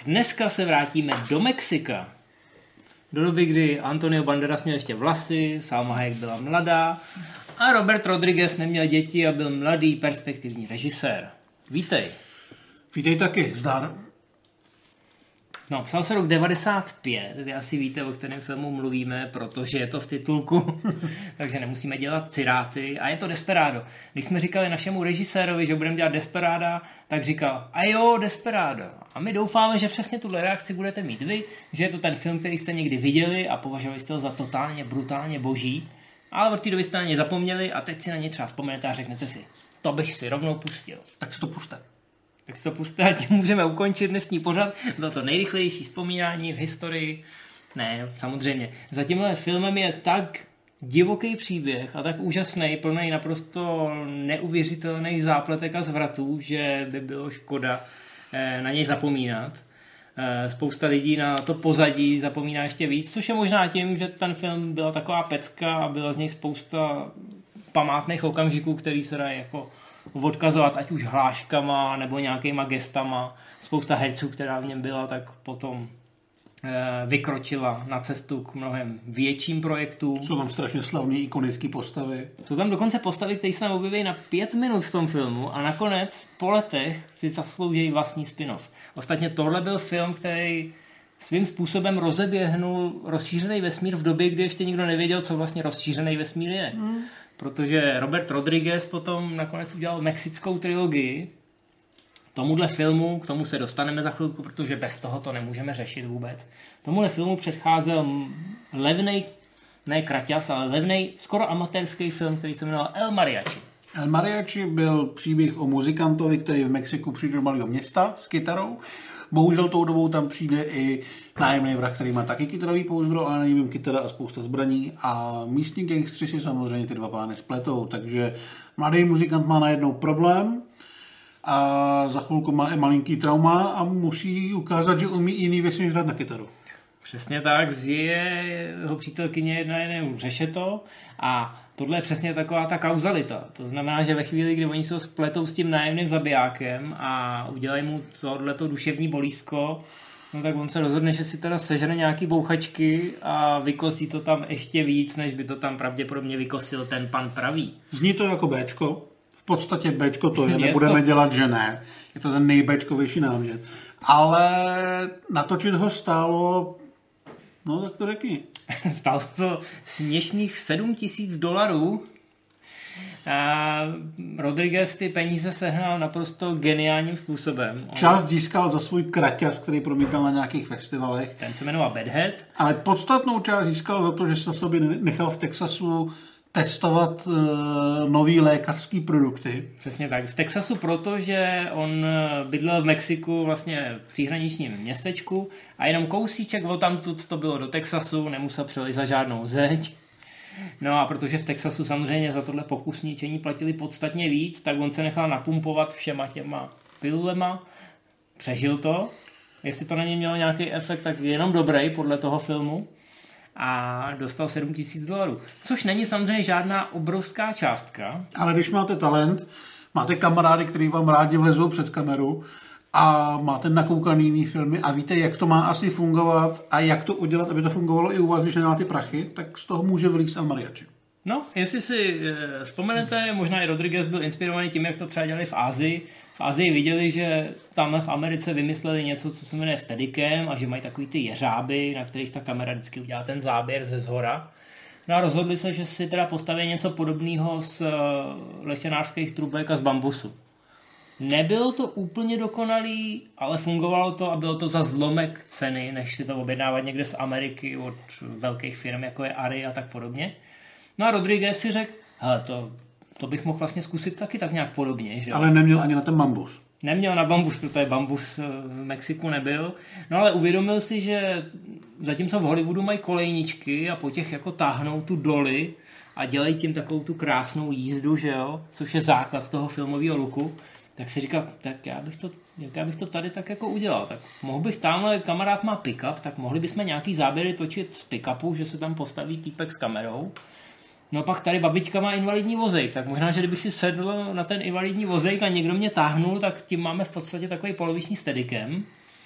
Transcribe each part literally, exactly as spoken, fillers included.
Dneska se vrátíme do Mexika. Do doby, kdy Antonio Banderas měl ještě vlasy, Salma Hayek byla mladá a Robert Rodriguez neměl děti a byl mladý perspektivní režisér. Vítej. Vítej taky, zdar. No, psal se rok devadesát pět, vy asi víte, o kterém filmu mluvíme, protože je to v titulku, takže nemusíme dělat ciráty a je to Desperado. Když jsme říkali našemu režisérovi, že budeme dělat Desperada, tak říkal, a jo, Desperado. A my doufáme, že přesně tuhle reakci budete mít vy, že je to ten film, který jste někdy viděli a považovali jste ho za totálně, brutálně boží, ale od té doby jste na něj zapomněli a teď si na něj třeba vzpomenete a řeknete si, to bych si rovnou pustil. Tak si to puste. Tak si to puste a tím můžeme ukončit dnešní pořad. Bylo to nejrychlejší vzpomínání v historii. Ne, samozřejmě. Za tímhle filmem je tak divoký příběh a tak úžasný, plný naprosto neuvěřitelných zápletek a zvratů, že by bylo škoda na něj zapomínat. Spousta lidí na to pozadí zapomíná ještě víc, což je možná tím, že ten film byla taková pecka a byla z něj spousta památných okamžiků, který se dají jako odkazovat, ať už hláškama nebo nějakýma gestama. Spousta herců, která v něm byla, tak potom e, vykročila na cestu k mnohem větším projektům. Jsou tam strašně slavný ikonické postavy. Jsou tam dokonce postavy, které se tam objeví na pět minut v tom filmu a nakonec po letech si zaslouží vlastní spin-off. Ostatně tohle byl film, který svým způsobem rozeběhnul rozšířený vesmír v době, kdy ještě nikdo nevěděl, co vlastně rozšířený vesmír je. Hmm. Protože Robert Rodriguez potom nakonec udělal mexickou trilogii. Tomuhle filmu, k tomu se dostaneme za chvilku, protože bez toho to nemůžeme řešit vůbec. Tomuhle filmu předcházel levnej, ne kraťas, ale levnej, skoro amatérský film, který se jmenoval El Mariachi. El Mariachi byl příběh o muzikantovi, který v Mexiku přijde do malého města s kytarou. Bohužel tou dobou tam přijde i nájemný vrah, který má taky kytarový pouzdro, ale nevím, kytara a spousta zbraní a místní gangstři si samozřejmě ty dva pány spletou, takže mladý muzikant má najednou problém a za chvilku má i malinký trauma a musí ukázat, že umí jiný věci než hrát na kytaru. Přesně tak, zje jeho přítelkyně jedna jednou řeše to a tohle je přesně taková ta kauzalita. To znamená, že ve chvíli, kdy oni se spletou s tím nájemným zabijákem a udělají mu tohleto duševní bolízko, no tak on se rozhodne, že si teda sežene nějaký bouchačky a vykosí to tam ještě víc, než by to tam pravděpodobně vykosil ten pan pravý. Zní to jako béčko. V podstatě béčko to je, je nebudeme to... dělat, že ne. Je to ten nejbéčkovější námět. Ale natočit ho stálo, no tak to řekni. Stálo to směšných sedm tisíc dolarů. A Rodriguez ty peníze sehnal naprosto geniálním způsobem. Část získal za svůj kraťas, který promítal na nějakých festivalech. Ten se jmenoval Bad Head. Ale podstatnou část získal za to, že se sobě nechal v Texasu testovat uh, nový lékařský produkty. Přesně tak. V Texasu, protože on bydlel v Mexiku vlastně v příhraničním městečku a jenom kousíček odtamtud to bylo do Texasu, nemusel přelizat žádnou zeď. No a protože v Texasu samozřejmě za tohle pokusničení platili podstatně víc, tak on se nechal napumpovat všema těma pilulema, přežil to. Jestli to na něj mělo nějaký efekt, tak jenom dobrý podle toho filmu. A dostal sedm tisíc dolarů. Což není samozřejmě žádná obrovská částka. Ale když máte talent, máte kamarády, kteří vám rádi vlezou před kameru a máte nakoukaný jiný filmy a víte, jak to má asi fungovat a jak to udělat, aby to fungovalo i u vás, když nemáte prachy, tak z toho může vylízt El Mariachi. No, jestli si e, vzpomenete, možná i Rodriguez byl inspirovaný tím, jak to třeba dělali v Asii. V Asii viděli, že tam v Americe vymysleli něco, co se jmenuje steadicam a že mají takový ty jeřáby, na kterých ta kamera vždycky udělá ten záběr ze zhora. No a rozhodli se, že si teda postaví něco podobného z lešenářských trubek a z bambusu. Nebylo to úplně dokonalý, ale fungovalo to a bylo to za zlomek ceny, než si to objednávat někde z Ameriky od velkých firm, jako je Arri a tak podobně. No a Rodriguez si řekl, hele, to, to bych mohl vlastně zkusit taky tak nějak podobně. Že? Ale neměl ani na ten bambus. Neměl na bambus, protože bambus v Mexiku nebyl. No ale uvědomil si, že zatímco v Hollywoodu mají kolejničky a po těch jako táhnou tu doly a dělají tím takovou tu krásnou jízdu, že jo, což je základ toho filmového looku, tak si říkal, tak já bych to, já bych to tady tak jako udělal. Tak mohl bych tamhle, kamarád má pick-up, tak mohli bychom nějaký záběry točit z pick-upu, že se tam postaví týpek s kamerou. No pak tady babička má invalidní vozejk, tak možná, že kdybych si sedl na ten invalidní vozejk a někdo mě táhnul, tak tím máme v podstatě takový poloviční steadicam.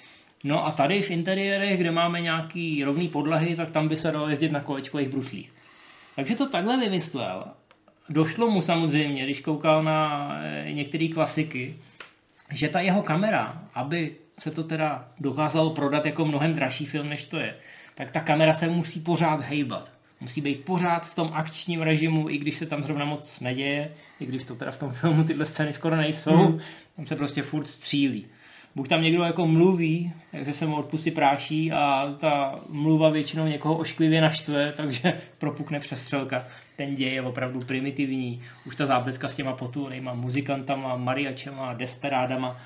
No a tady v interiérech, kde máme nějaký rovný podlahy, tak tam by se dalo jezdit na kolečkových bruslích. Takže to takhle vymyslel. Došlo mu samozřejmě, když koukal na některé klasiky, že ta jeho kamera, aby se to teda dokázalo prodat jako mnohem dražší film, než to je, tak ta kamera se musí pořád hejbat. Musí být pořád v tom akčním režimu, i když se tam zrovna moc neděje, i když to teda v tom filmu tyhle scény skoro nejsou, mm. tam se prostě furt střílí. Buď tam někdo jako mluví, takže se mu odpustí práší a ta mluva většinou někoho ošklivě naštve, takže propukne přestřelka. Ten děj je opravdu primitivní. Už ta zápletka s těma potulnýma muzikantama, mariačema, desperádama.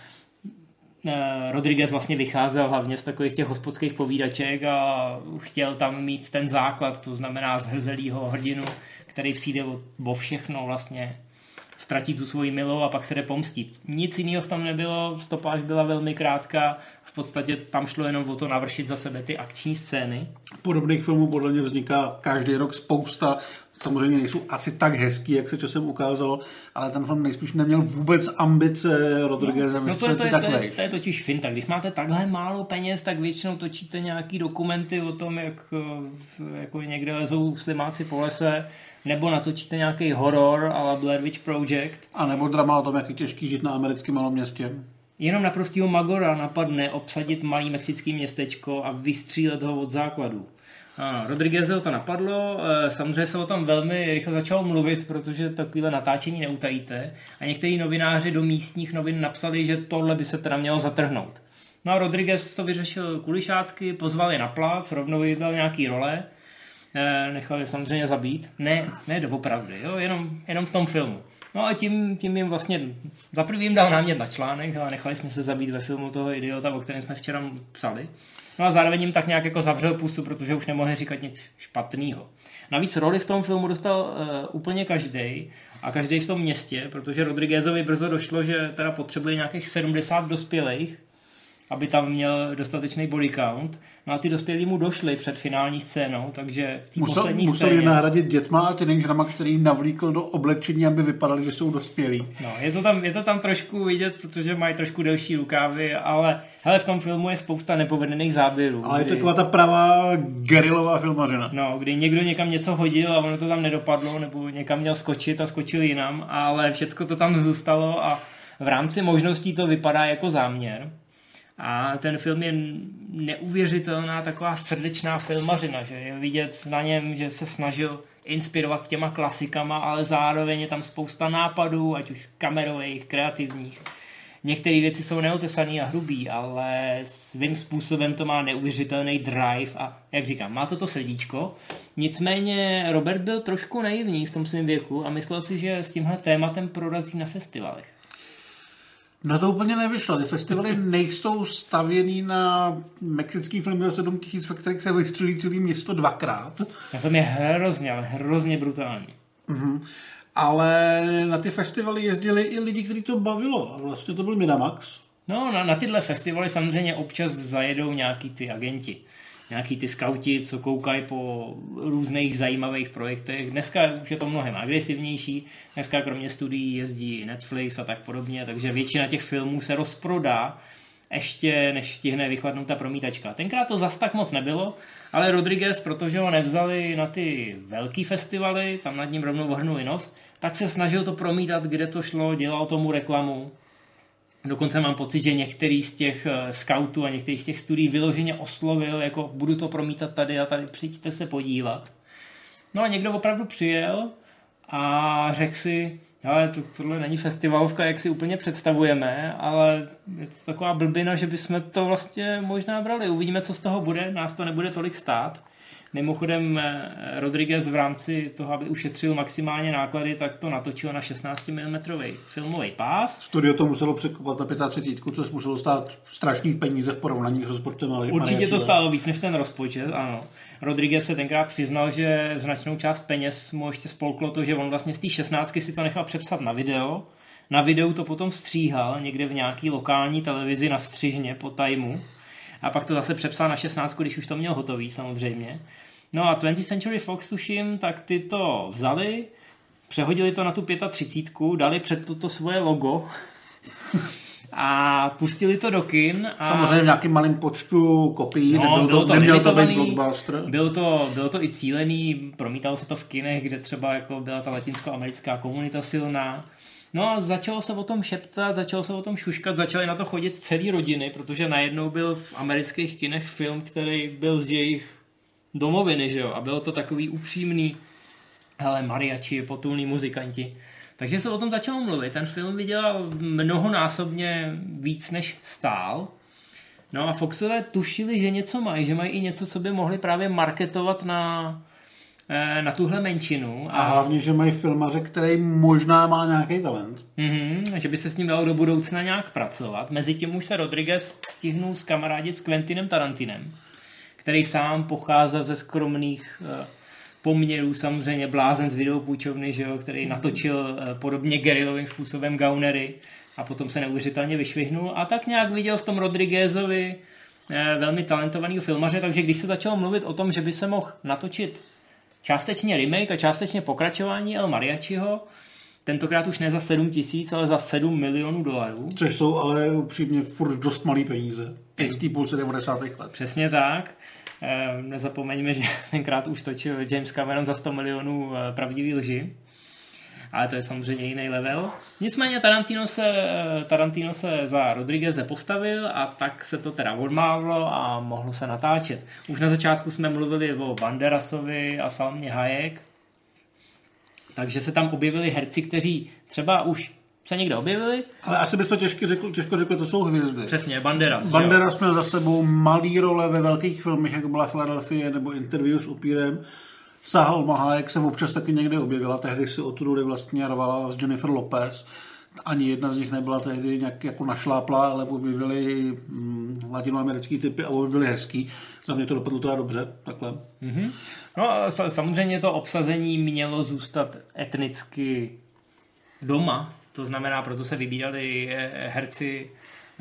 Rodriguez vlastně vycházel hlavně z takových těch hospodských povídaček a chtěl tam mít ten základ, to znamená zhrzelýho hrdinu, který přijde o všechno vlastně, ztratí tu svoji milou a pak se jde pomstit. Nic jiného tam nebylo, stopáž byla velmi krátká, v podstatě tam šlo jenom o to navršit za sebe ty akční scény. Podobných filmů podle mě vzniká každý rok spousta, samozřejmě nejsou asi tak hezký, jak se časem ukázalo, ale ten film nejspíš neměl vůbec ambice Rodrigueze. No, no to, je, to, je, to, je, to je totiž finta. Když máte takhle málo peněz, tak většinou točíte nějaký dokumenty o tom, jak jako někde lezou slimáci po lese, nebo natočíte nějaký horor a la Blair Witch Project. A nebo drama o tom, jak je těžký žít na americkém malém městě. Jenom na prostýho Magora napadne obsadit malý mexický městečko a vystřílet ho od základu. Ano, Rodrigueze to napadlo, samozřejmě se o tom velmi rychle začalo mluvit, protože takovýhle natáčení neutajíte a některý novináři do místních novin napsali, že tohle by se teda mělo zatrhnout. No a Rodriguez to vyřešil kulišácky, pozval je na plác, rovnou jí dal nějaký role, nechal je samozřejmě zabít, ne, ne doopravdy, jo, jenom, jenom v tom filmu. No a tím, tím jim vlastně za prvý jim dal námět na článek, ale nechali jsme se zabít ve filmu toho idiota, o kterém jsme včera psali. No a zároveň jim tak nějak jako zavřel pusu, protože už nemohli říkat nic špatného. Navíc roli v tom filmu dostal uh, úplně každý a každý v tom městě, protože Rodriguezovi brzo došlo, že teda potřebuje nějakých sedmdesát dospělých, aby tam měl dostatečný body count. No a ty dospělí mu došli před finální scénou, takže v té Musel, poslední museli scéně... nahradit dětma a teenagerama, který navlíkl do oblečení, aby vypadali, že jsou dospělí. No, je to tam, je to tam trošku vidět, protože mají trošku delší rukávy, ale hele, v tom filmu je spousta nepovedených záběrů. Ale kdy... je taková ta pravá gerilová filmařina. No, kdy někdo někam něco hodil a ono to tam nedopadlo, nebo někam měl skočit a skočil jinam, ale všechno to tam zůstalo a v rámci možností to vypadá jako záměr. A ten film je neuvěřitelná taková srdečná filmařina, že je vidět na něm, že se snažil inspirovat těma klasikama, ale zároveň je tam spousta nápadů, ať už kamerových, kreativních. Některé věci jsou neotesaný a hrubý, ale svým způsobem to má neuvěřitelný drive a, jak říkám, má to to srdíčko. Nicméně Robert byl trošku naivní v tom svém věku a myslel si, že s tímhle tématem prorazí na festivalech. No to úplně nevyšlo. Ty festivaly nejsou stavěný na mexický film za sedm tisíc, ve kterých se vystřelí celé město dvakrát. Na tom je hrozně, ale hrozně brutální. Mm-hmm. Ale na ty festivaly jezdili i lidi, kteří to bavilo. A vlastně to byl Miramax. No, na, na tyhle festivaly samozřejmě občas zajedou nějaký ty agenti. Nějaký ty skauti, co koukají po různých zajímavých projektech. Dneska už je to mnohem agresivnější. Dneska kromě studií jezdí Netflix a tak podobně, takže většina těch filmů se rozprodá ještě než stihne vychladnout ta promítačka. Tenkrát to zas tak moc nebylo, ale Rodriguez, protože ho nevzali na ty velký festivaly, tam nad ním rovnou ohrnuli nos, tak se snažil to promítat, kde to šlo, dělal tomu reklamu. Dokonce mám pocit, že některý z těch scoutů a některý z těch studií vyloženě oslovil, jako budu to promítat tady a tady, přijďte se podívat. No a někdo opravdu přijel a řekl si, ale to, tohle není festivalovka, jak si úplně představujeme, ale je to taková blbina, že bychom to vlastně možná brali. Uvidíme, co z toho bude, nás to nebude tolik stát. Mimochodem Rodriguez v rámci toho, aby ušetřil maximálně náklady, tak to natočil na šestnáct milimetrů filmový pás. Studio to muselo překupat na třicet pět, což muselo stát strašných peníze v porovnání s rozpočtem. Ale určitě to stálo víc než ten rozpočet, ano. Rodriguez se tenkrát přiznal, že značnou část peněz mu ještě spolklo to, že on vlastně z té šestnáctky si to nechal přepsat na video. Na videu to potom stříhal někde v nějaký lokální televizi na střižně po tajmu. A pak to zase přepsal na šestnáctku, když už to měl hotový samozřejmě. No a twentieth Century Fox, tuším, tak ty to vzali, přehodili to na tu třicet pět, dali před toto svoje logo A pustili to do kin. A... Samozřejmě v nějakém malém počtu kopií, no, nebylo bylo to, to neměl to být blockbuster. Bylo to, bylo to i cílený, promítalo se to v kinech, kde třeba jako byla ta latinskoamerická komunita silná. No a začalo se o tom šeptat, začalo se o tom šuškat, začaly na to chodit celý rodiny, protože najednou byl v amerických kinech film, který byl z jejich domoviny, že jo? A bylo to takový upřímný, hele, mariachi, potulní muzikanti. Takže se o tom začalo mluvit. Ten film vydělal mnohonásobně víc, než stál. No a Foxové tušili, že něco mají, že mají i něco, co by mohli právě marketovat na, na tuhle menšinu. A hlavně, že mají filmaře, který možná má nějaký talent. Mm-hmm, že by se s ním dalo do budoucna nějak pracovat. Mezitím už se Rodriguez stihnul skamarádit s Quentinem Tarantinem, který sám pocházel ze skromných poměrů, samozřejmě blázen z videopůjčovny, že jo, který natočil podobně gerilovým způsobem Gaunery a potom se neuvěřitelně vyšvihnul a tak nějak viděl v tom Rodriguezovi velmi talentovaného filmaře, takže když se začalo mluvit o tom, že by se mohl natočit částečně remake a částečně pokračování El Mariachiho, tentokrát už ne za sedm tisíc, ale za sedm milionů dolarů. Což jsou ale upřímně furt dost malý peníze. Teď v té půlce devadesátých let. Přesně tak. Nezapomeňme, že tenkrát už točil James Cameron za sto milionů Pravdivý lži. Ale to je samozřejmě jiný level. Nicméně Tarantino se, Tarantino se za Rodrigueze postavil a tak se to teda odmávlo a mohlo se natáčet. Už na začátku jsme mluvili o Banderasovi a Salmě Hayek. Takže se tam objevili herci, kteří třeba už se někde objevili. Ale asi bys to těžko řekl, těžko řekl, to jsou hvězdy. Přesně, Banderas. Banderas měl za sebou malý role ve velkých filmech, jako byla Philadelphia nebo Interview s upírem. Salma Hayek se občas taky někde objevila, tehdy si odtudy vlastně rvala s Jennifer Lopez. Ani jedna z nich nebyla tehdy nějak jako našláplá, ale objevili hm, latinoamerický typy a byli hezký. Za mě to dopadlo teda dobře, takhle. Mm-hmm. No samozřejmě to obsazení mělo zůstat etnicky doma, to znamená, proto se vybírali herci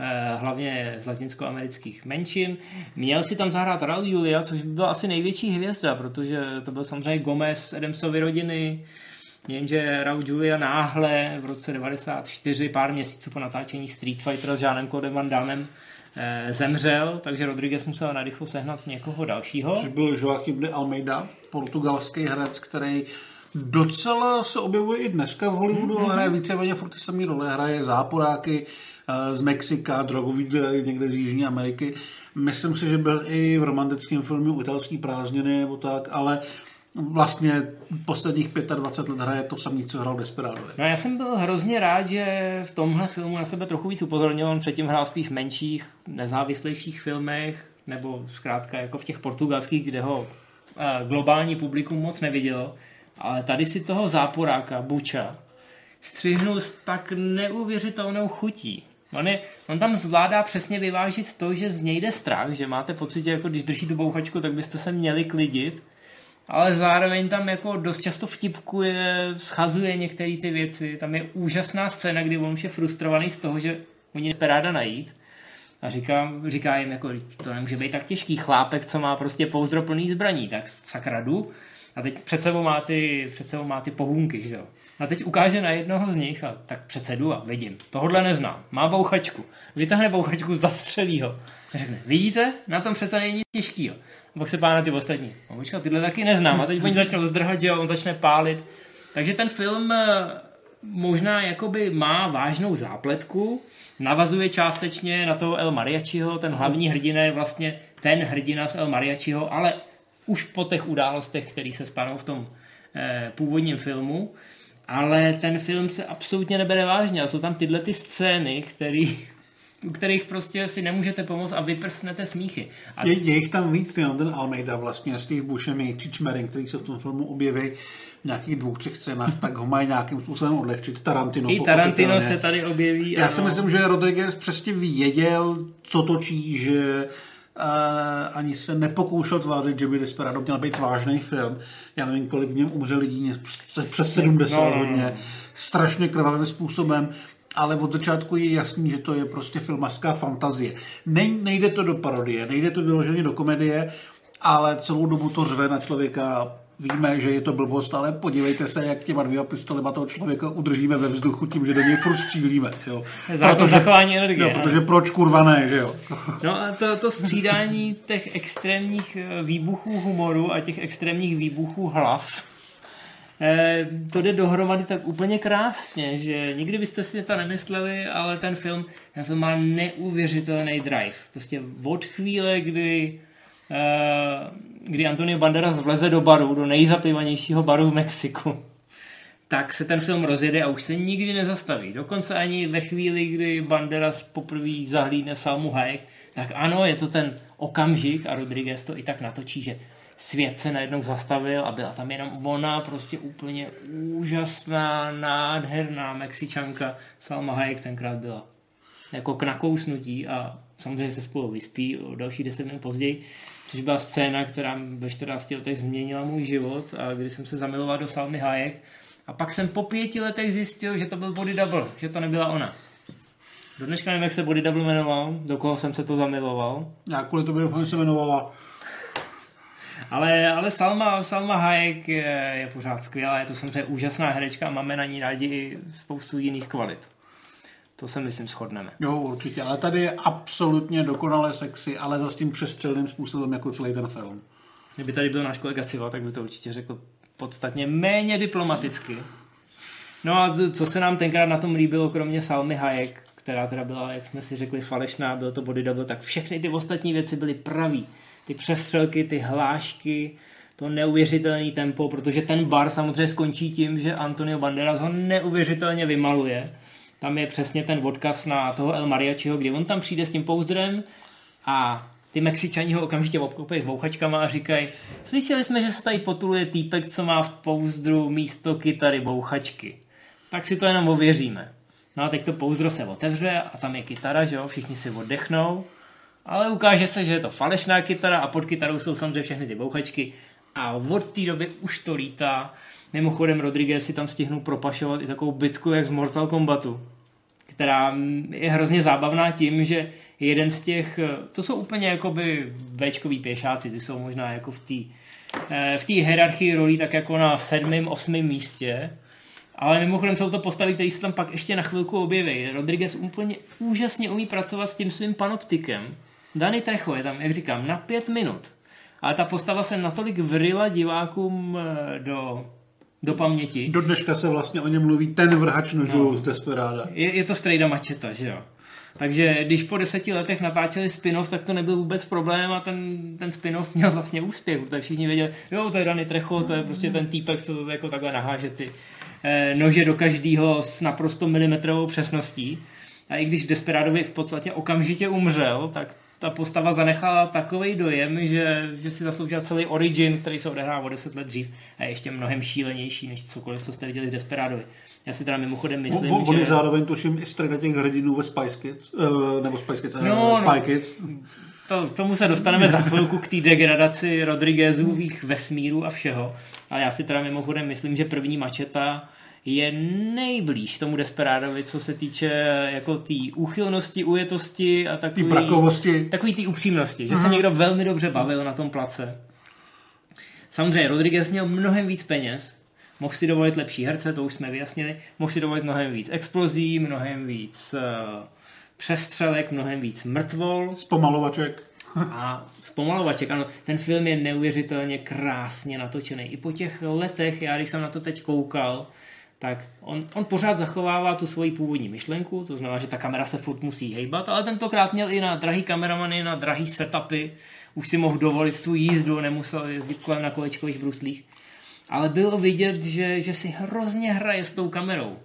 hlavně z latinskoamerických menšin. Měl si tam zahrát Raul Julia, což byla asi největší hvězda, protože to byl samozřejmě Gomez Adamsovy rodiny, jenže Raul Julia náhle v roce devadesát čtyři, pár měsíců po natáčení Street Fighter s Jeanem Claudem Van Dammem, zemřel, takže Rodriguez musel narychlo sehnat někoho dalšího. Což byl Joaquim de Almeida, portugalský herec, který docela se objevuje i dneska v Hollywoodu, mm-hmm. ale hraje víceméně furt ty samý role, hraje záporáky z Mexika, drogový dealer někde z Jižní Ameriky. Myslím si, že byl i v romantickém filmu Italský prázdniny nebo tak, ale vlastně posledních dvacet pět let hraje to samé, co hrál Desperado. No já jsem byl hrozně rád, že v tomhle filmu na sebe trochu víc upozornil, on předtím hrál v spíš menších, nezávislejších filmech, nebo zkrátka jako v těch portugalských, kde ho globální publikum moc nevidělo. Ale tady si toho záporáka, Buča, střihnul s tak neuvěřitelnou chutí. On, je, on tam zvládá přesně vyvážit to, že z něj jde strach, že máte pocit, že jako když drží tu bouchačku, tak byste se měli klidit, ale zároveň tam jako dost často vtipkuje, schazuje některé ty věci. Tam je úžasná scéna, kdy on už je frustrovaný z toho, že oni nespe ráda najít. A říká, říká jim, jako, to nemůže být tak těžký chlápek, co má prostě pouzdro plný zbraní, tak sakra jdu. A teď před sebou má ty, před sebou má ty pohůnky, že jo. A teď ukáže na jednoho z nich a tak přece jdu a vidím. Tohodle neznám. Má bouchačku. Vytáhne bouchačku, zastřelí ho. A řekne, vidíte? Na tom přece není nic těžkýho. A pak se pá na ty ostatní. No počkat, tyhle taky neznám. A teď oni začnou zdrhat, že jo, on začne pálit. Takže ten film možná jakoby má vážnou zápletku, navazuje částečně na toho El Mariachiho, ten hlavní hrdina je vlastně ten hrdina z El Mariachiho, ale už po těch událostech, které se stanou v tom eh, původním filmu, ale ten film se absolutně nebere vážně a jsou tam tyhle ty scény, který, u kterých prostě si nemůžete pomoct a vyprsnete smíchy. A... Je, je jich tam víc, ten Almeida vlastně, Steve Buscemi, Čičmerin, který se v tom filmu objeví v nějakých dvou, třech scénách, tak ho mají nějakým způsobem odlehčit. Tarantino. I Tarantino se tady objeví. Já ano. si myslím, že Rodriguez přesně věděl, co točí, že Uh, ani se nepokoušel tvářit, že by Desperado měl být vážný film. Já nevím, kolik v něm umře lidí, přes sedmdesát no, no, no. hodně, strašně krvavým způsobem, ale od začátku je jasný, že to je prostě filmařská fantazie. Ne, nejde to do parodie, nejde to vyloženě do komedie, ale celou dobu to řve na člověka víme, že je to blbost, ale podívejte se, jak těma dvěma pistolema toho člověka udržíme ve vzduchu tím, že do něj furt střílíme. Jo. Zákon zachování energie. Jo, protože proč kurva ne, že jo? No a to, to střídání těch extrémních výbuchů humoru a těch extrémních výbuchů hlav, eh, to jde dohromady tak úplně krásně, že nikdy byste si to nemysleli, ale ten film, ten film má neuvěřitelný drive. Prostě od chvíle, kdy kdy Antonio Banderas vleze do baru, do nejzaplivanějšího baru v Mexiku, tak se ten film rozjede a už se nikdy nezastaví. Dokonce ani ve chvíli, kdy Banderas poprvé zahlídne Salmu Hayek, tak ano, je to ten okamžik a Rodriguez to i tak natočí, že svět se najednou zastavil a byla tam jenom ona, prostě úplně úžasná, nádherná Mexičanka. Salma Hayek tenkrát byla jako k nakousnutí a samozřejmě se spolu vyspí o další deset minut později, což byla scéna, která ve čtrnácti letech změnila můj život a když jsem se zamiloval do Salmy Hayek a pak jsem po pěti letech zjistil, že to byl body double, že to nebyla ona. Do dneška nevím, jak se body double jmenoval, do koho jsem se to zamiloval. Já kvůli to bych se jmenovala. Ale, ale Salma, Salma Hayek je, je pořád skvělá, je to samozřejmě úžasná herečka a máme na ní rádi i spoustu jiných kvalit. To se myslím shodneme. Jo, určitě, ale tady je absolutně dokonale sexy, ale za s tím přestřelným způsobem jako celý ten film. Kdyby tady byl náš kolega Civa, tak by to určitě řekl podstatně méně diplomaticky. No a co se nám tenkrát na tom líbilo, kromě Salmy Hayek, která teda byla, jak jsme si řekli, falešná, byl to body double, tak všechny ty ostatní věci byly pravý. Ty přestřelky, ty hlášky, to neuvěřitelné tempo, protože ten bar samozřejmě skončí tím, že Antonio Banderas ho neuvěřitelně vymaluje. Tam je přesně ten odkaz na toho El Mariachiho, kdy on tam přijde s tím pouzdrem a ty Mexičani ho okamžitě obklopují s bouchačkama a říkají, slyšeli jsme, že se tady potuluje týpek, co má v pouzdru místo kytary bouchačky. Tak si to jenom ověříme. No a teď to pouzdro se otevře a tam je kytara, že jo, všichni si oddechnou, ale ukáže se, že je to falešná kytara a pod kytarou jsou samozřejmě všechny ty bouchačky a od té doby už to lítá. Mimochodem Rodriguez si tam stihnul propašovat i takovou bitku jak z Mortal Kombatu, která je hrozně zábavná tím, že jeden z těch, to jsou úplně jakoby béčkoví pěšáci, ty jsou možná jako v té v té hierarchii rolí tak jako na sedmém, osmém místě, ale mimochodem jsou to postavy, které se tam pak ještě na chvilku objeví. Rodriguez úplně úžasně umí pracovat s tím svým panoptikem. Danny Trejo je tam, jak říkám, na pět minut. Ale ta postava se natolik vryla divákům do, do paměti. Do dneška se vlastně o něm mluví ten vrhač nožů no. z Desperada. Je, je to strejda mačeta, že jo? Takže když po deseti letech natáčeli spin-off, tak to nebyl vůbec problém a ten, ten spin-off měl vlastně úspěch, protože všichni věděli, jo, to je Danny Trejo, to je prostě ten týpek, co to jako takhle naháže ty eh, nože do každého s naprosto milimetrovou přesností. A i když Desperadovi v podstatě okamžitě umřel, tak ta postava zanechala takovej dojem, že, že si zasloužila celý origin, který se odehrává o deset let dřív a je ještě mnohem šílenější, než cokoliv, co jste viděli v Desperadovi. Já si teda mimochodem myslím, on, že... On je zároveň tuším i strejda těch hrdinů ve Spice Kids, uh, nebo Spice Kids, no, Spy Kids. To, tomu se dostaneme za chvilku k té degradaci Rodriguezových vesmíru a všeho. Ale já si teda mimochodem myslím, že první Mačeta je nejblíž tomu Desperadovi, co se týče jako té úchylnosti, ujetosti a takový... Té brakovosti. Takový té upřímnosti, že Aha. se někdo velmi dobře bavil na tom place. Samozřejmě Rodriguez měl mnohem víc peněz, mohl si dovolit lepší herce, to už jsme vyjasnili, mohl si dovolit mnohem víc explozí, mnohem víc uh, přestřelek, mnohem víc mrtvol. Zpomalovaček. A zpomalovaček, ano, ten film je neuvěřitelně krásně natočený. I po těch letech, já když jsem na to teď koukal, tak on, on pořád zachovává tu svoji původní myšlenku, to znamená, že ta kamera se furt musí hejbat, ale tentokrát měl i na drahý kameramany, na drahý setupy, už si mohl dovolit tu jízdu, nemusel jezdit kolem na kolečkových bruslích. Ale bylo vidět, že, že si hrozně hraje s tou kamerou.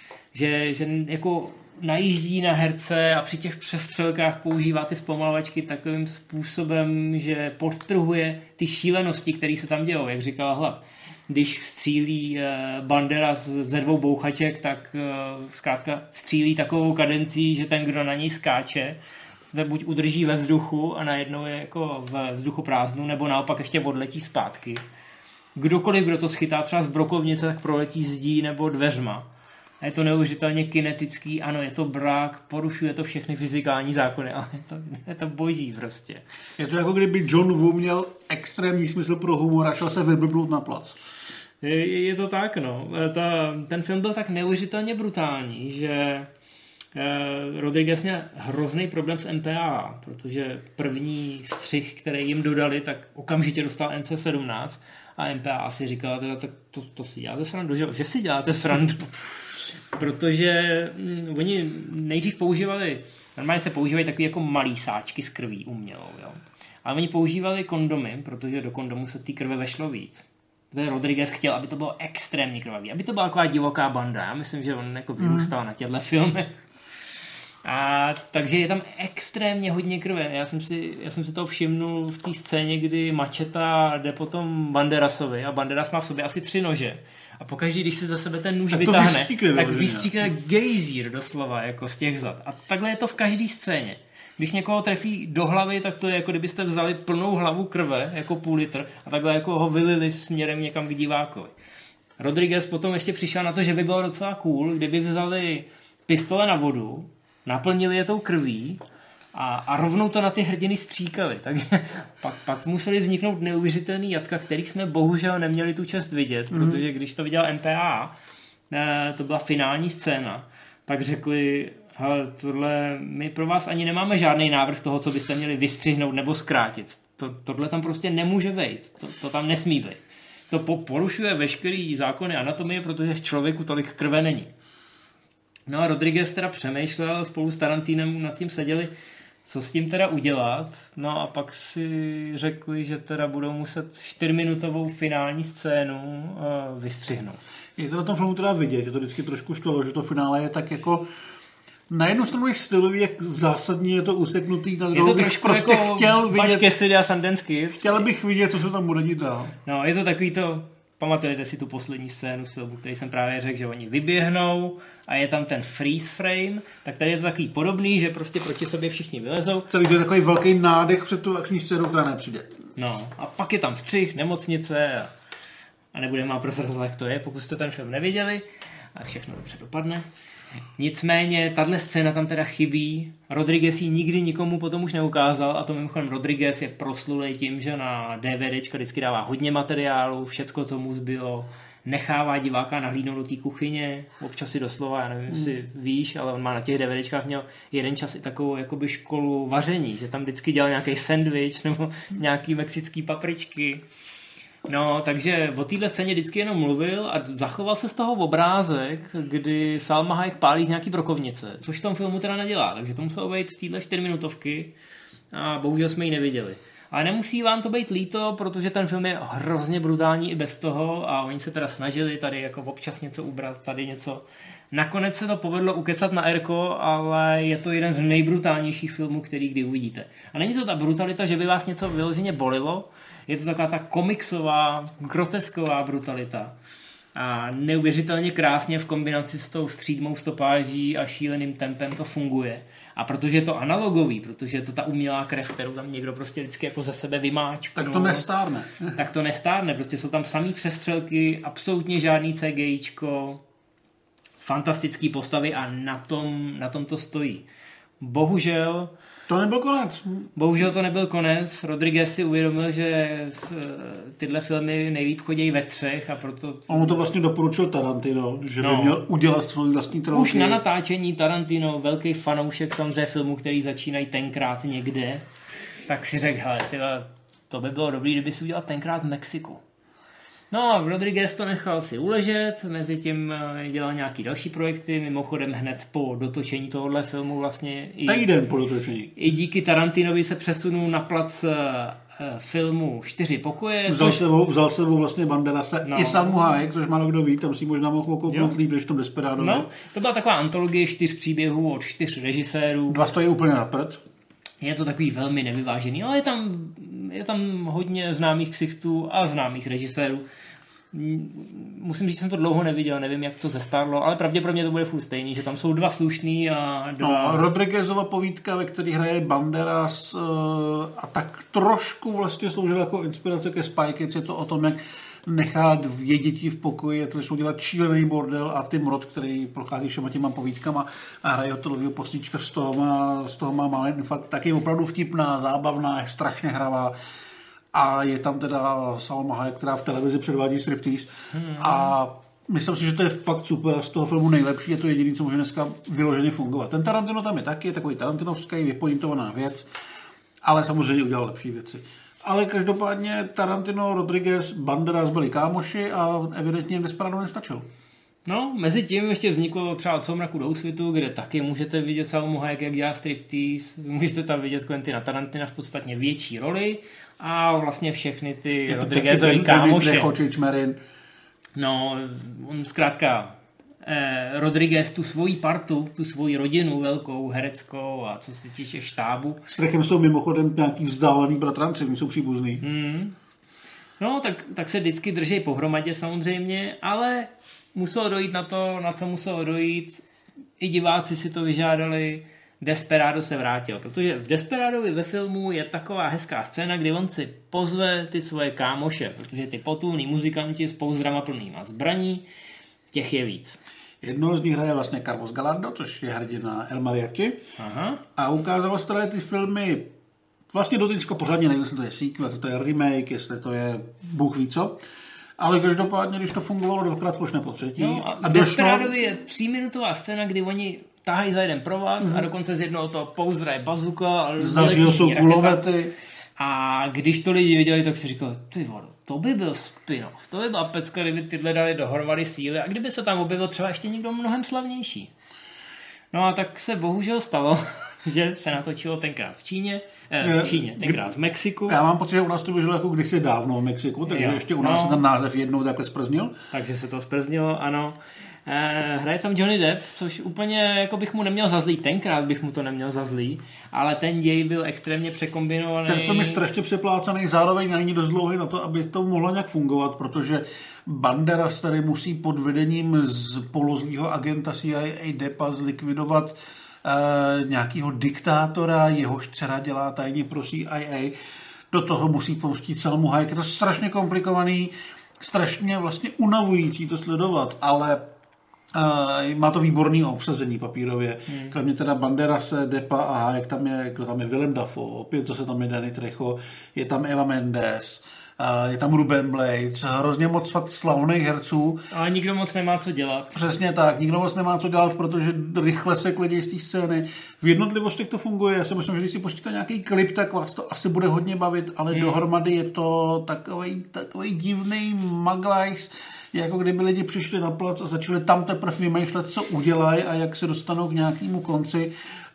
Že, že jako najíždí na herce a při těch přestřelkách používá ty zpomalovačky takovým způsobem, že podtrhuje ty šílenosti, které se tam dějou, jak říkala Hlad. Když střílí Banderas ze dvou bouchaček, tak zkrátka střílí takovou kadencí, že ten, kdo na něj skáče, buď udrží ve vzduchu a najednou je jako ve vzduchu prázdnu, nebo naopak ještě odletí zpátky. Kdokoliv, kdo to schytá třeba z brokovnice, tak proletí zdí nebo dveřma. A je to neuvěřitelně kinetický, ano, je to brak, porušuje to všechny fyzikální zákony, ale je to, je to boží prostě. Je to jako kdyby John Woo měl extrémní smysl pro humor a šel se vyblbnout na plac. Je, je to tak, no. Ta, ten film byl tak neuvěřitelně brutální, že eh, Rodriguez měl hrozný problém s N P A, protože první střih, který jim dodali, tak okamžitě dostal N C sedmnáct a N P A si říkala, teda, tak to, to si děláte srandu, že, že si děláte srandu. Protože hm, oni nejdřív používali, normálně se používají takový jako malý sáčky s krví umělou, jo. Ale oni používali kondomy, protože do kondomu se té krve vešlo víc. Protože Rodriguez chtěl, aby to bylo extrémně krvavý, aby to byla taková divoká banda. Já myslím, že on jako vyrůstal mm. na těchto filmech. A takže je tam extrémně hodně krve. Já jsem si, já jsem si to všimnul v té scéně, kdy Macheta jde potom Banderasovi a Banderas má v sobě asi tři nože. A pokaždý, když si za sebe ten nůž vytáhne, vystříkne, tak vystříkne gejzír doslova jako z těch zad. A takhle je to v každé scéně. Když někoho trefí do hlavy, tak to je jako kdybyste vzali plnou hlavu krve, jako půl litr, a takhle jako ho vylili směrem někam k divákovi. Rodriguez potom ještě přišel na to, že by bylo docela cool, kdyby vzali pistole na vodu, naplnili je tou krví a, a rovnou to na ty hrdiny stříkali. Takže pak, pak museli vzniknout neuvěřitelný jatka, kterých jsme bohužel neměli tu čest vidět, mm. protože když to viděl N P A, to byla finální scéna, tak řekli, hele, tohle, my pro vás ani nemáme žádný návrh toho, co byste měli vystřihnout nebo zkrátit. To, tohle tam prostě nemůže vejít. To, to tam nesmí být. To po, porušuje veškerý zákony anatomie, protože v člověku tolik krve není. No a Rodriguez teda přemýšlel, spolu s Tarantinem nad tím seděli, co s tím teda udělat. No a pak si řekli, že teda budou muset čtyřminutovou finální scénu uh, vystřihnout. Je to na tom filmu teda vidět, je to vždycky trošku štvalo, že to finále je tak jako na jednu stranu je stylový, jak zásadní je to useknutý, na druhou bych prostě jako chtěl vidět. A Sundance. Chtěl bych vidět, co se tam bude dít dál. No, je to takový to, pamatujete si tu poslední scénu z filmu, který jsem právě řekl, že oni vyběhnou a je tam ten freeze frame, tak tady je to takový podobný, že prostě proti sobě všichni vylezou. Celý to je takový velký nádech před tu akční scénou, která nepřijde. No, a pak je tam střih, nemocnice a, a nebudeme má prozrazovat, jak to je, pokud jste ten film neviděli a všechno dobře dopadne. Nicméně, tahle scéna tam teda chybí. Rodriguez ji nikdy nikomu potom už neukázal a to mimochodem Rodriguez je proslulý tím, že na DVDčka vždycky dává hodně materiálu, všecko tomu zbylo, nechává diváka nahlídnout do té kuchyně, občas si doslova, já nevím, jestli hmm. víš, ale on má na těch DVDčkách měl jeden čas i takovou jakoby školu vaření, že tam vždycky dělal nějaký sendvič nebo nějaký mexický papričky. No, takže o téhle scéně vždycky jenom mluvil a zachoval se z toho obrázek, kdy Salma Hayek pálí z nějaký brokovnice, což v tom filmu teda nedělá, takže to muselo být z téhle čtyřminutovky a bohužel jsme ji neviděli. Ale nemusí vám to být líto, protože ten film je hrozně brutální i bez toho a oni se teda snažili tady jako občas něco ubrat, tady něco. Nakonec se to povedlo ukecat na Erko, ale je to jeden z nejbrutálnějších filmů, který kdy uvidíte. A není to ta brutalita, že by vás něco vyloženě bolilo, je to taková ta komiksová, grotesková brutalita. A neuvěřitelně krásně v kombinaci s tou střídmou stopáží a šíleným tempem to funguje. A protože je to analogový, protože je to ta umělá krev, kterou tam někdo prostě vždycky jako ze sebe vymáčknul. Tak to nestárne. Tak to nestárne, prostě jsou tam samý přestřelky, absolutně žádný CGIčko, fantastický postavy a na tom, na tom to stojí. Bohužel To nebyl konec. Bohužel to nebyl konec. Rodriguez si uvědomil, že tyhle filmy nejlíp chodí ve třech a proto... On mu to vlastně doporučil Tarantino, že no. by měl udělat svůj vlastní trilogii. Už na natáčení Tarantino, velký fanoušek samozřejmě filmů, který začínají tenkrát někde, tak si řekl, hele, tyhle, to by bylo dobrý, kdyby si udělal tenkrát v Mexiku. No a Rodriguez to nechal si uležet, mezi tím dělal nějaký další projekty, mimochodem hned po dotočení tohohle filmu vlastně. Týden po dotočení. I díky Tarantinovi se přesunul na plac filmu Čtyři pokoje. Vzal, což... sebou, vzal sebou vlastně Banderase no. i Salmu Hayek, což málo kdo ví, tam si možná mohl kouknout líp, než v tom Desperadovi. No, to byla taková antologie čtyř příběhů od čtyř režisérů. Dva stojí úplně na prd. Je to takový velmi nevyvážený, ale je tam, je tam hodně známých ksichtů a známých režisérů. Musím říct, že jsem to dlouho neviděl, nevím, jak to zestárlo, ale pravděpodobně to bude furt stejný, že tam jsou dva slušný a dva... No, Rodriguezova povídka, ve který hraje Banderas a tak trošku vlastně sloužila jako inspirace ke Spy Kids, je to o tom, jak nechat dvě děti v pokoji a to začnou dělat šílený bordel a Tim Roth, který prochází všema těma povídkama a hraje hotelovýho poslíčka, z toho má, z toho má malý fakt taky opravdu vtipná, zábavná, je strašně hravá. A je tam teda Salma Hayek, která v televizi předvádí striptease. Hmm. A myslím si, že to je fakt super, z toho filmu nejlepší, je to jediné, co může dneska vyloženě fungovat. Ten Tarantino tam je taky, je takový tarantinovský, vypointovaná věc, ale samozřejmě udělal lepší věci. Ale každopádně Tarantino, Rodriguez, Banderas byli kámoši a evidentně Desperado nestačil. No, mezi tím ještě vzniklo třeba Od soumraku do úsvitu, kde taky můžete vidět Salmu Hayek, jak dělá striptease, můžete tam vidět Quentina Tarantina v podstatně větší roli a vlastně všechny ty Rodriguezový kámoše. No, on zkrátka eh, Rodriguez tu svoji partu, tu svoji rodinu velkou, hereckou a co se týče štábu. S Trechem jsou mimochodem nějaký vzdálený bratranci, oni jsou příbuzný. Mm. No, tak, tak se vždycky drží pohromadě samozřejmě, ale muselo dojít na to, na co muselo dojít. I diváci si to vyžádali. Desperado se vrátil, protože v Desperadovi ve filmu je taková hezká scéna, kdy on si pozve ty svoje kámoše, protože ty potulní muzikanti s pouzdrama plnýma zbraní, těch je víc. Jednoho z nich hraje vlastně Carlos Gallardo, což je hrdina El Mariachi. Aha. A ukázalo se tady ty filmy vlastně do teďka pořádně nevím, jestli to je sequel, jestli to je remake, jestli to je Bůh ví co. Ale každopádně, když to fungovalo dvakrát společně po třetí. No a v Desperadovi je tříminutová scéna, kdy oni tahají za jeden provaz mm-hmm. a dokonce z jednoho toho pouzdra je bazuka. Z dalšího jsou kulomety. A když to lidi viděli, tak si říkali, ty vole, to by byl spin-off, to by byla pecka, kdyby tyhle dali dohromady síly a kdyby se tam objevil třeba ještě někdo mnohem slavnější. No a tak se bohužel stalo, že se natočilo tenkrát v Číně, eh, v Číně, tenkrát v Mexiku. Já mám pocit, že u nás to běželo jako kdysi dávno v Mexiku, takže jo, ještě u nás no, se ten název jednou takhle sprznil. Takže se to sprznilo, ano. Eh, hraje tam Johnny Depp, což úplně jako bych mu neměl za zlý, tenkrát bych mu to neměl za zlý, ale ten děj byl extrémně překombinovaný. Ten film je strašně přeplácaný, zároveň není dost dlouhý na to, aby to mohlo nějak fungovat, protože Banderas tady musí pod vedením z polozlýho agenta C I A Deppa zlikvidovat eh, nějakého diktátora, jehož dcera dělá tajně pro C I A. Do toho musí pouštět Salmu Hayek. Je to strašně komplikovaný, strašně vlastně unavující to sledovat, ale Uh, má to výborný obsazení papírově. Hmm. Kromě teda Banderase, Deppa a Hayek, tam je, kdo tam je Willem Dafoe, opět zase tam je Danny Trejo, je tam Eva Mendes, uh, je tam Ruben Blades, hrozně moc fakt slavných herců. Ale nikdo moc nemá co dělat. Přesně tak, nikdo moc nemá co dělat, protože rychle se klidí z té scény. V jednotlivostech to funguje, já si myslím, že když si pustíte nějaký klip, tak vás to asi bude hodně bavit, ale hmm. dohromady je to takový, takový divný maglajs, jako kdyby lidi přišli na plac a začali tam teprve vymýšlet, co udělají a jak se dostanou k nějakému konci.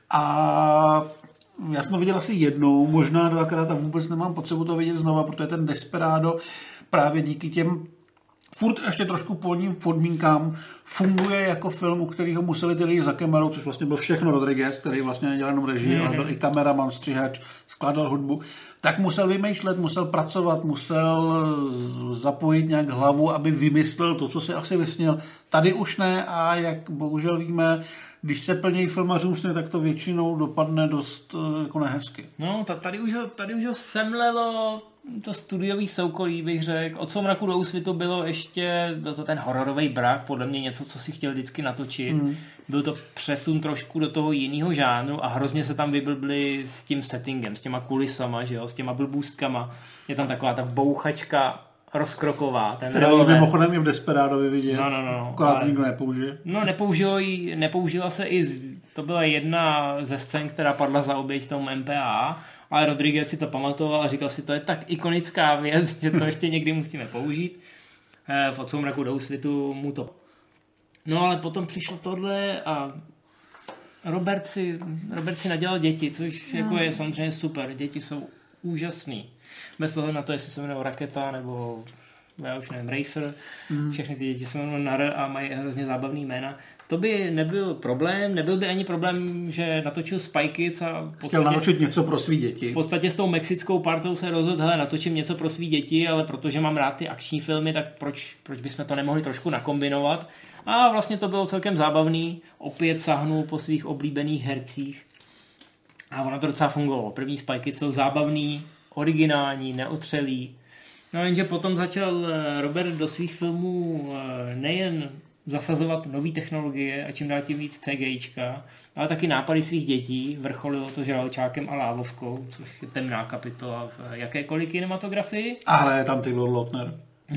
A já jsem to viděl asi jednou, možná dvakrát a vůbec nemám potřebu to vidět znova, protože ten Desperado právě díky těm furt ještě trošku polním podmínkám funguje jako film, u kterého museli ty lidi za kamerou, což vlastně byl všechno Rodriguez, který vlastně nedělal jenom režii, mm-hmm. ale byl i kameraman, střihač, skládal hudbu, tak musel vymýšlet, musel pracovat, musel zapojit nějak hlavu, aby vymyslel to, co si asi vysněl. Tady už ne a jak bohužel víme, když se plnějí filmařům sny, tak to většinou dopadne dost jako nehezky. No, tady už ho, tady už ho semlelo to studiový soukolí, bych řekl. Od soumraku do úsvitu bylo ještě, byl to ten hororový brak, podle mě něco, co si chtěl vždycky natočit. Mm. Byl to přesun trošku do toho jiného žánru a hrozně se tam vyblbli s tím settingem, s těma kulisama, že jo, s těma blbůstkama. Je tam taková ta bouchačka rozkroková. Ten teda ji mimochodem i v Desperadovi vidět. No, no, no. Akorát nikdo nepoužije. No, nepoužilo jí, nepoužila se i, z, to byla jedna ze scén, která padla za oběť tomu M P A, ale Rodriguez si to pamatoval a říkal si, to je tak ikonická věc, že to ještě někdy musíme použít. V Od soumraku do úsvitu mu to. No, ale potom přišlo tohle a Robert si, Robert si nadělal děti, což no. jako je samozřejmě super. Děti jsou úžasný. Bez toho na to, jestli se jmenuje Raketa nebo já už nevím, Racer. Mm. Všechny ty děti se jmenují na R a mají hrozně zábavný jména. To by nebyl problém, nebyl by ani problém, že natočil Spy Kids a podstatě, chtěl natočit něco pro svý děti. V podstatě s tou mexickou partou se rozhodl, hele, natočím něco pro svý děti, ale protože mám rád ty akční filmy, tak proč, proč bychom to nemohli trošku nakombinovat? A vlastně to bylo celkem zábavný, opět sahnul po svých oblíbených hercích a ono to docela fungovalo. První Spy Kids jsou zábavný, originální, neotřelý No jenže potom začal Robert do svých filmů nejen zasazovat nové technologie a čím dál tím víc CGIčka, ale taky nápady svých dětí. Vrcholilo to Žraločákem a Lávovkou, což je temná kapitola v jakékoliv kinematografii. A hraje tam Taylor Lautner.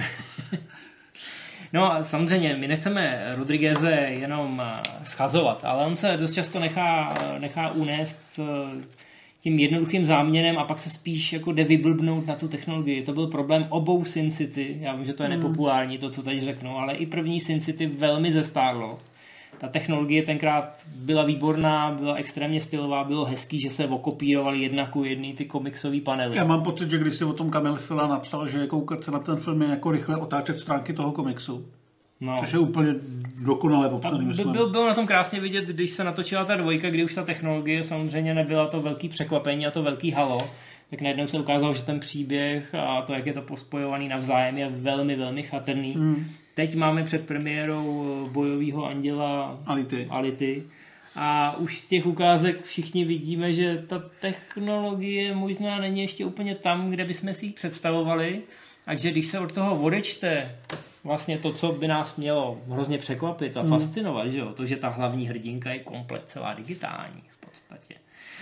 No a samozřejmě, my nechceme Rodrigueze jenom schazovat, ale on se dost často nechá, nechá unést tím jednoduchým záměrem a pak se spíš jako jde vyblbnout na tu technologii. To byl problém obou Sin City. Já vím, že to je nepopulární, to, co teď řeknu, ale i první Sin City velmi zestárlo. Ta technologie tenkrát byla výborná, byla extrémně stylová, bylo hezký, že se okopírovaly jedna ku jedný ty komiksový panely. Já mám pocit, že když si o tom Kamil Fila napsal, že koukat se na ten film je jako rychle otáčet stránky toho komiksu. No. Což je úplně dokonale popsaný, myslím. Byl, byl na tom krásně vidět, když se natočila ta dvojka, kdy už ta technologie samozřejmě nebyla to velký překvapení a to velký halo, tak najednou se ukázalo, že ten příběh a to, jak je to pospojovaný navzájem, je velmi, velmi chatrný. Hmm. Teď máme před premiérou Bojovýho anděla Ality. Ality. A už z těch ukázek všichni vidíme, že ta technologie možná není ještě úplně tam, kde bychom si ji představovali. Takže když se od toho odečte vlastně to, co by nás mělo hrozně překvapit a fascinovat, hmm. že jo? To, že ta hlavní hrdinka je komplet celá digitální v podstatě,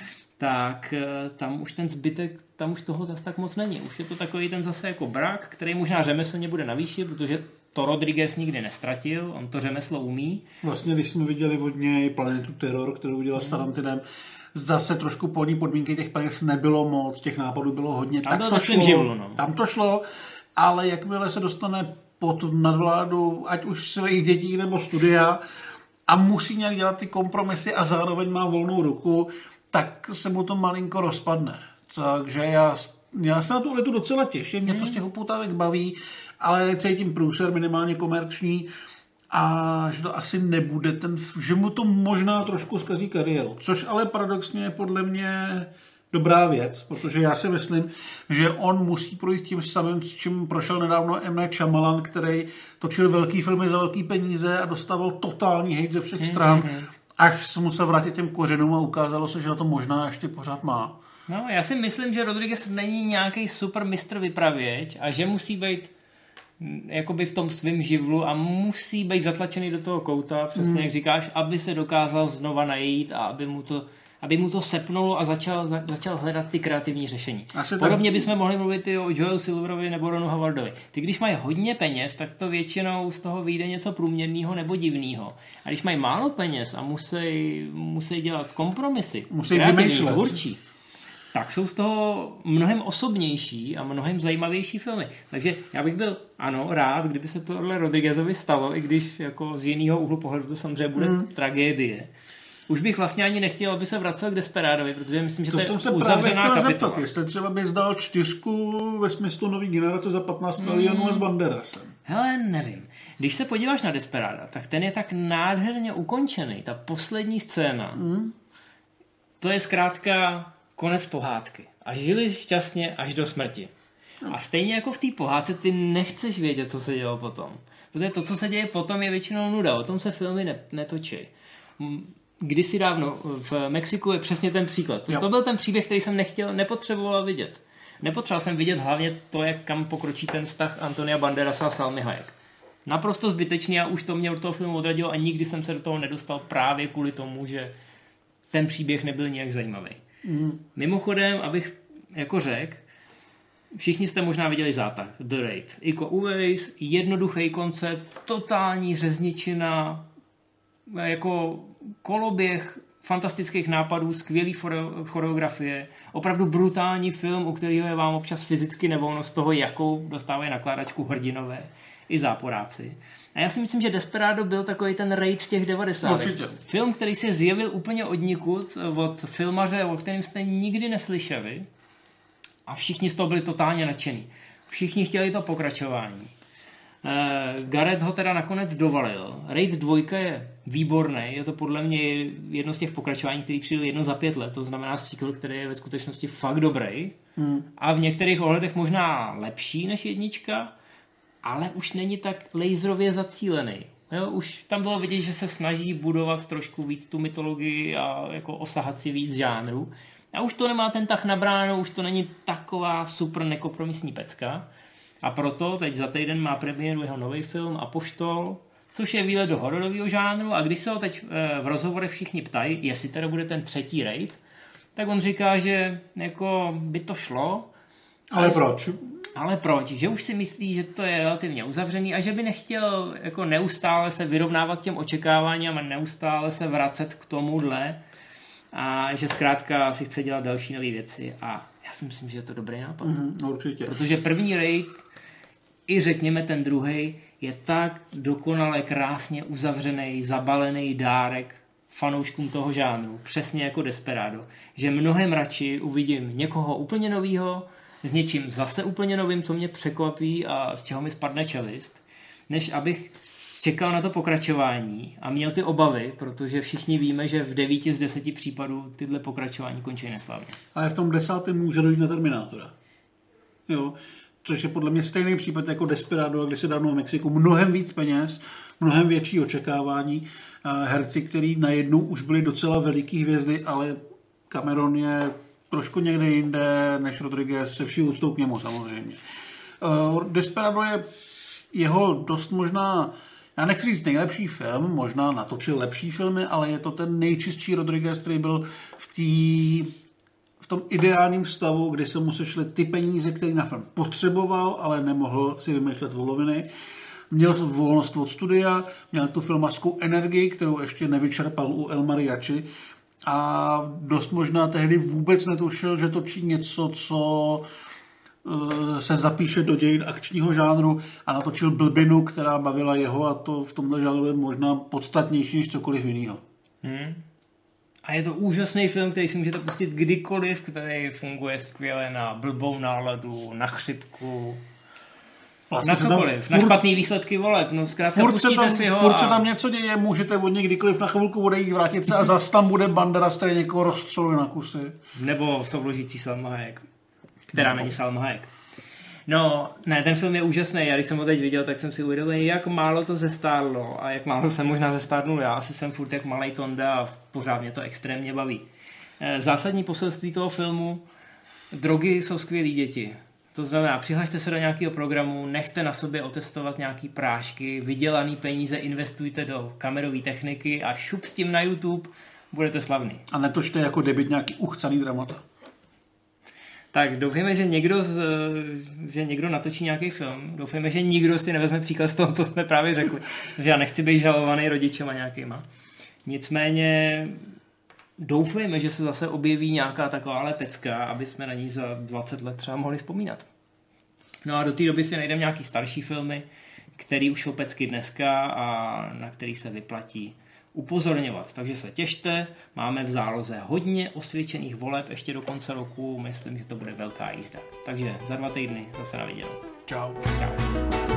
tak tam už ten zbytek, tam už toho zase tak moc není. Už je to takový ten zase jako brak, který možná řemeslně bude na výši, protože to Rodriguez nikdy nestratil, on to řemeslo umí. Vlastně, když jsme viděli od něj Planetu Terror, kterou udělal s Tarantinem, zase trošku polní podmínky těch peněz nebylo moc, těch nápadů bylo hodně, tam tak to šlo, živlu, no. tam to šlo, ale jakmile se dostane pod nadvládu, ať už svých dětí nebo studia a musí nějak dělat ty kompromisy a zároveň má volnou ruku, tak se mu to malinko rozpadne. Takže já, já se na tu letu docela těším, mě to z těch upoutávek baví, ale cítím průser minimálně komerční a že to asi nebude ten, že mu to možná trošku zkazí kariéru, což ale paradoxně je podle mě dobrá věc, protože já si myslím, že on musí projít tím samým, s čím prošel nedávno M. Night Shyamalan, který točil velký filmy za velký peníze a dostával totální hejt ze všech stran, mm-hmm. až se musel vrátit těm kořenům a ukázalo se, že na to možná ještě pořád má. No, já si myslím, že Rodriguez není nějaký super mistr vypravěč a že musí být jakoby v tom svém živlu a musí být zatlačený do toho kouta, přesně mm. jak říkáš, aby se dokázal znova najít a aby mu to aby mu to sepnulo a začal, za, začal hledat ty kreativní řešení. Asi Podobně tak... bychom mohli mluvit i o Joelu Silverovi nebo Ronu Howardovi. Ty, když mají hodně peněz, tak to většinou z toho vyjde něco průměrného nebo divného. A když mají málo peněz a musí, musí dělat kompromisy, musí vymýšlet, tvůrčí, tak jsou z toho mnohem osobnější a mnohem zajímavější filmy. Takže já bych byl, ano, rád, kdyby se tohle Rodriguezovi stalo, i když jako z jiného úhlu pohledu to samozřejmě bude mm. tragédie. Už bych vlastně ani nechtěl, aby se vracel k Desperadovi, protože myslím, že to, to je uzavřená kapitola. To jsem se právě chtěl zeptat, jestli třeba bys dal čtyřku ve smyslu nový generace za patnáct mm. milionů a s Banderasem. Hele, nevím. Když se podíváš na Desperada, tak ten je tak nádherně ukončený. Ta poslední scéna, mm. to je zkrátka konec pohádky. A žili šťastně až do smrti. No. A stejně jako v té pohádce ty nechceš vědět, co se dělo potom. Protože to, co se děje potom, je většinou nuda. O tom se filmy ne- netočí. Kdysi dávno v Mexiku je přesně ten příklad. Jo. To byl ten příběh, který jsem nechtěl, nepotřeboval vidět. Nepotřeboval jsem vidět hlavně to, jak kam pokročí ten vztah Antonia Banderasa a Salmy Hayek. Naprosto zbytečný a už to mě od toho filmu odradilo a nikdy jsem se do toho nedostal právě kvůli tomu, že ten příběh nebyl nijak zajímavý. Mm. Mimochodem, abych jako řekl, všichni jste možná viděli Zátah, The Raid. Iko Uwais, jednoduchý koncept, totální řezničina, jako koloběh fantastických nápadů, skvělý choreografie, opravdu brutální film, u kterého je vám občas fyzicky nevolno z toho, jakou dostávají nakládačku hrdinové i záporáci. A já si myslím, že Desperado byl takový ten raid těch devadesátých. Film, který se zjevil úplně odnikud, od filmaře, o kterém jste nikdy neslyšeli a všichni z toho byli totálně nadšení. Všichni chtěli to pokračování. Uh, Gareth ho teda nakonec dovalil. Raid dva je výborný, je to podle mě jedno z těch pokračování, který přijel jedno za pět let, to znamená sequel, který je ve skutečnosti fakt dobrý hmm. a v některých ohledech možná lepší než jednička, ale už není tak laserově zacílený. Jo, už tam bylo vidět, že se snaží budovat trošku víc tu mytologii a jako osahat si víc žánru. A už to nemá ten tah na bránu, už to není taková super nekompromisní pecka. A proto teď za týden má premiéru jeho nový film Apoštol, což je výlet do hororového žánru, a když se ho teď v rozhovorech všichni ptají, jestli teda bude ten třetí raid, tak on říká, že jako by to šlo. Ale, ale proč? Ale proč? Že už si myslí, že to je relativně uzavřený a že by nechtěl jako neustále se vyrovnávat těm očekáváním a neustále se vracet k tomuhle a že zkrátka si chce dělat další nové věci a já si myslím, že je to dobrý nápad. Mm, určitě. Protože první raid i řekněme ten druhý je tak dokonale krásně uzavřený, zabalený dárek fanouškům toho žánru, přesně jako Desperado, že mnohem radši uvidím někoho úplně novýho, s něčím zase úplně novým, co mě překvapí a z čeho mi spadne čelist, než abych čekal na to pokračování a měl ty obavy, protože všichni víme, že v devíti z deseti případů tyhle pokračování končí neslavně. Ale v tom desátém může dojít na Terminátora. Jo, což je podle mě stejný případ jako Desperado, kdy se dávno v Mexiku mnohem víc peněz, mnohem větší očekávání. Herci, který najednou už byli docela veliký hvězdy, ale Cameron je trošku někde jinde než Rodriguez, se vší úctou k němu samozřejmě. Desperado je jeho dost možná, já nechci říct nejlepší film, možná natočil lepší filmy, ale je to ten nejčistší Rodriguez, který byl v tý, v tom ideálním stavu, kdy se mu sešly ty peníze, které na film potřeboval, ale nemohl si vymýšlet voloviny. Měl tu volnost od studia, měl tu filmařskou energii, kterou ještě nevyčerpal u El Mariachi, a dost možná tehdy vůbec netušil, že točí něco, co se zapíše do dějin akčního žánru, a natočil blbinu, která bavila jeho, a to v tomhle žánru je možná podstatnější než cokoliv jiného. Hmm. A je to úžasný film, který si můžete pustit kdykoliv, který funguje skvěle na blbou náladu, na chřipku, vlastně na cokoliv, tam, na špatný výsledky voleb. No zkrátka furt pustíte tam, si ho furt a... se tam něco děje, můžete od něj kdykoliv na chvilku odejít, vrátit se a zas tam bude Banderas, který někoho rozstřeluje na kusy. Nebo souložící Salma Hayek, která není Salma Hayek. No, ne, ten film je úžasný. Já když jsem ho teď viděl, tak jsem si uvědomil, jak málo to zestárlo a jak málo jsem možná zestárnul já. Asi jsem furt jak malej Tonda a pořád mě to extrémně baví. Zásadní poselství toho filmu: drogy jsou skvělí děti. To znamená, přihlašte se do nějakého programu, nechte na sobě otestovat nějaký prášky, vydělaný peníze investujte do kamerové techniky a šup s tím na YouTube, budete slavný. A netočte jako debit nějaký uchcaný dramata. Tak doufejme, že někdo, z, že někdo natočí nějaký film. Doufejme, že nikdo si nevezme příklad z toho, co jsme právě řekli. Že já nechci být žalovaný rodičema nějakýma. Nicméně doufejme, že se zase objeví nějaká takováhle pecka, aby jsme na ní za dvacet let třeba mohli vzpomínat. No a do té doby si najdeme nějaký starší filmy, který už jsou pecky dneska a na který se vyplatí upozorňovat. Takže se těšte, máme v záloze hodně osvědčených voleb ještě do konce roku, myslím, že to bude velká jízda. Takže za dva týdny zase na viděnou. Čau. Čau.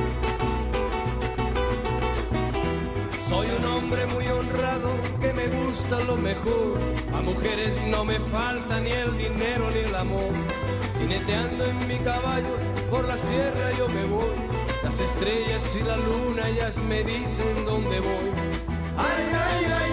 Soy un hombre muy honrado que me gusta lo mejor. A mujeres no me falta ni el dinero ni el amor. Jineteando en mi caballo por la sierra yo me voy. Las estrellas y la luna ellas me dicen dónde voy. Ay, ay, ay.